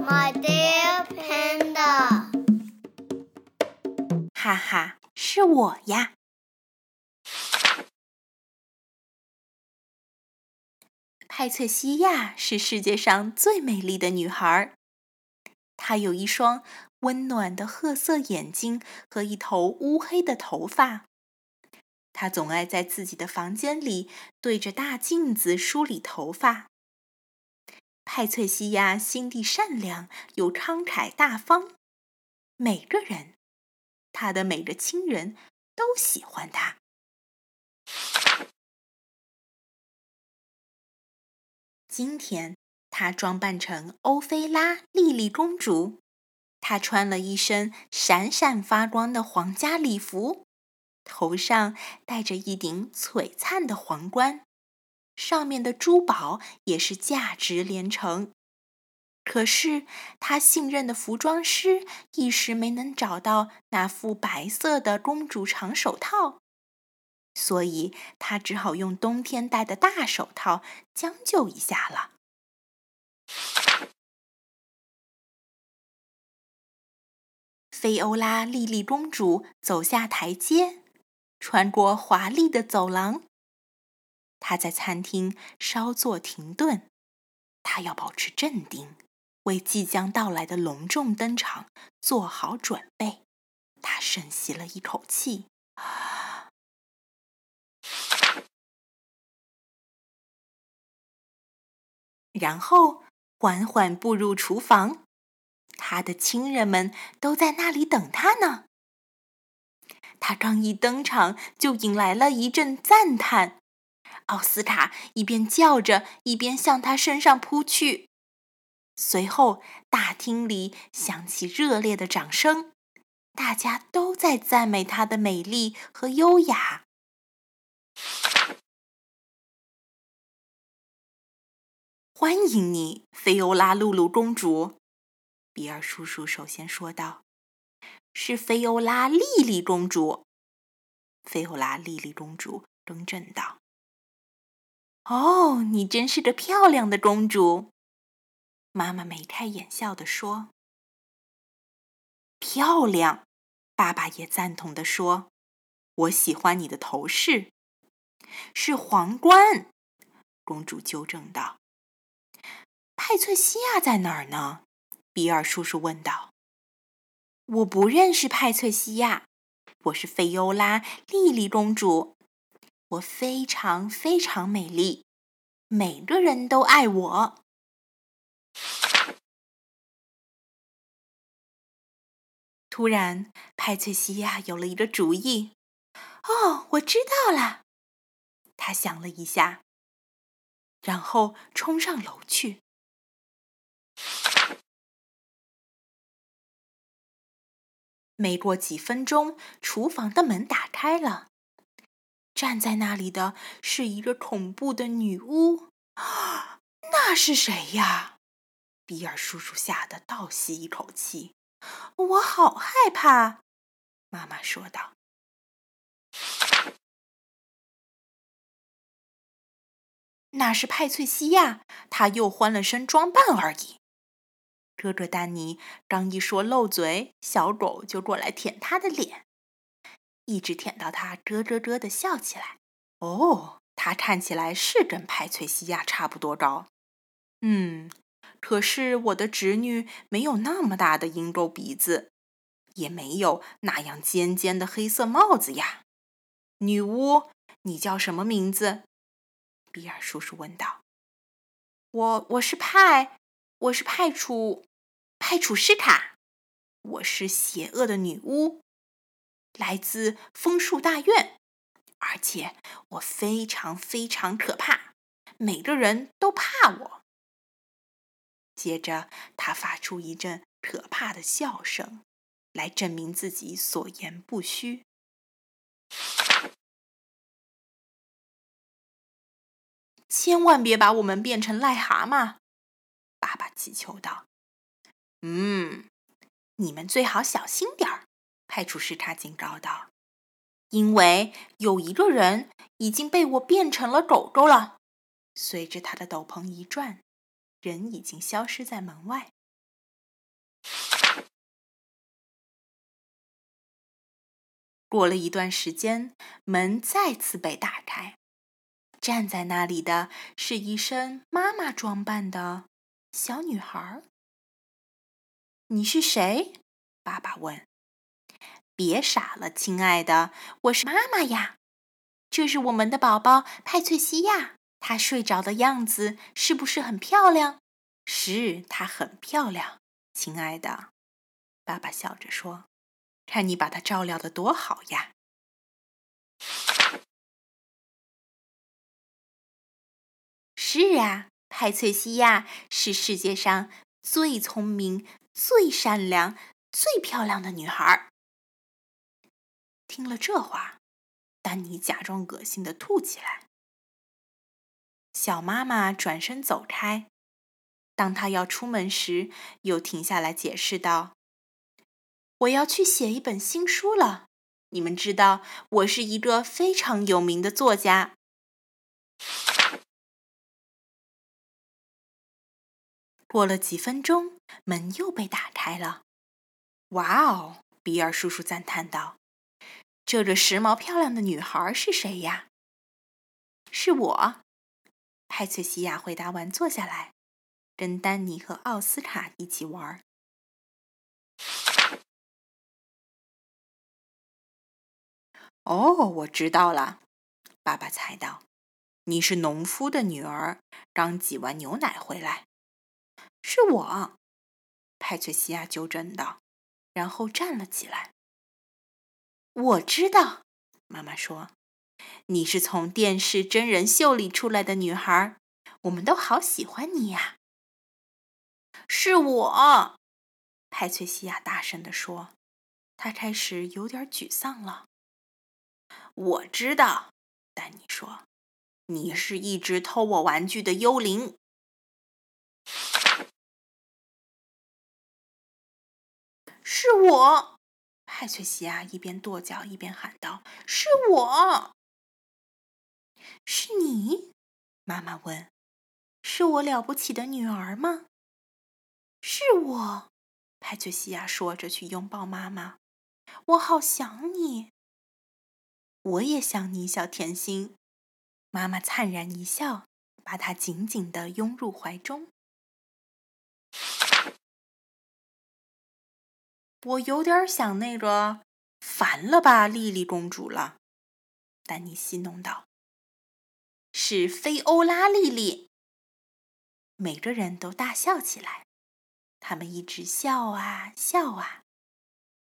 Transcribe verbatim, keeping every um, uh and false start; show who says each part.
Speaker 1: My dear panda，
Speaker 2: 哈哈，是我呀。派翠西亚是世界上最美丽的女孩，她有一双温暖的褐色眼睛和一头乌黑的头发。她总爱在自己的房间里对着大镜子梳理头发。派翠西亚心地善良又慷慨大方，每个人，她的每个亲人都喜欢她。今天，她装扮成欧菲拉莉莉公主。她穿了一身闪闪发光的皇家礼服，头上戴着一顶璀璨的皇冠，上面的珠宝也是价值连城。可是，她信任的服装师一时没能找到那副白色的公主长手套，所以她只好用冬天戴的大手套将就一下了。菲欧拉莉莉公主走下台阶，穿过华丽的走廊。她在餐厅稍作停顿，她要保持镇定，为即将到来的隆重登场做好准备。她深吸了一口气，然后缓缓步入厨房。她的亲人们都在那里等她呢。她刚一登场，就引来了一阵赞叹。奥斯卡一边叫着，一边向她身上扑去。随后，大厅里响起热烈的掌声，大家都在赞美她的美丽和优雅。欢迎你，菲欧拉露露公主，比尔叔叔首先说道。是菲欧拉莉莉公主，菲欧拉莉莉公主更正道。哦，你真是个漂亮的公主，妈妈眉开眼笑地说。漂亮，爸爸也赞同地说。我喜欢你的头饰。是皇冠，公主纠正道。派翠西亚在哪儿呢？比尔叔叔问道。我不认识派翠西亚，我是菲欧拉莉莉公主。我非常非常美丽，每个人都爱我。突然，派翠西亚有了一个主意。哦，我知道了。她想了一下，然后冲上楼去。没过几分钟，厨房的门打开了。站在那里的是一个恐怖的女巫。啊，那是谁呀？比尔叔叔吓得倒吸一口气。我好害怕，妈妈说道。那是派翠西亚，她又换了身装扮而已。哥哥丹尼刚一说漏嘴，小狗就过来舔他的脸，一直舔到他咯咯咯地笑起来。哦，他看起来是跟派翠西亚差不多高。嗯，可是我的侄女没有那么大的鹰钩鼻子，也没有那样尖尖的黑色帽子呀。女巫，你叫什么名字？比尔叔叔问道。我我是派，我是派楚，派楚斯卡。我是邪恶的女巫，来自枫树大院，而且我非常非常可怕，每个人都怕我。接着，他发出一阵可怕的笑声，来证明自己所言不虚。千万别把我们变成癞蛤蟆，爸爸祈求道。嗯，你们最好小心点儿，派出斯卡警告道。因为有一个人已经被我变成了狗狗了。随着他的斗篷一转，人已经消失在门外。 过了一段时间，门再次被打开，站在那里的是一身妈妈装扮的小女孩。你是谁？爸爸问。别傻了，亲爱的，我是妈妈呀。这是我们的宝宝派翠西亚，她睡着的样子是不是很漂亮？是，她很漂亮，亲爱的。爸爸笑着说，看你把她照料得多好呀。是啊，派翠西亚是世界上最聪明、最善良、最漂亮的女孩。听了这话，丹尼假装恶心地吐起来。小妈妈转身走开，当她要出门时，又停下来解释道：“我要去写一本新书了，你们知道，我是一个非常有名的作家。”过了几分钟，门又被打开了。哇哦！比尔叔叔赞叹道：“这个时髦漂亮的女孩是谁呀？”是我。派翠西亚回答完，坐下来，跟丹尼和奥斯卡一起玩。哦，我知道了，爸爸猜到，你是农夫的女儿，刚挤完牛奶回来。是我，派翠西亚纠正道，然后站了起来。我知道，妈妈说，你是从电视真人秀里出来的女孩，我们都好喜欢你呀。是我，派翠西亚大声地说，她开始有点沮丧了。我知道，丹尼说，你是一只偷我玩具的幽灵。是我，派翠西亚一边跺脚一边喊道：“是我！”是你？妈妈问。是我了不起的女儿吗？是我，派翠西亚说着去拥抱妈妈。我好想你。我也想你，小甜心。妈妈灿然一笑，把她紧紧地拥入怀中。我有点想那个烦了吧，莉莉公主了。丹尼戏弄道。是菲欧拉莉莉。每个人都大笑起来，他们一直笑啊笑啊，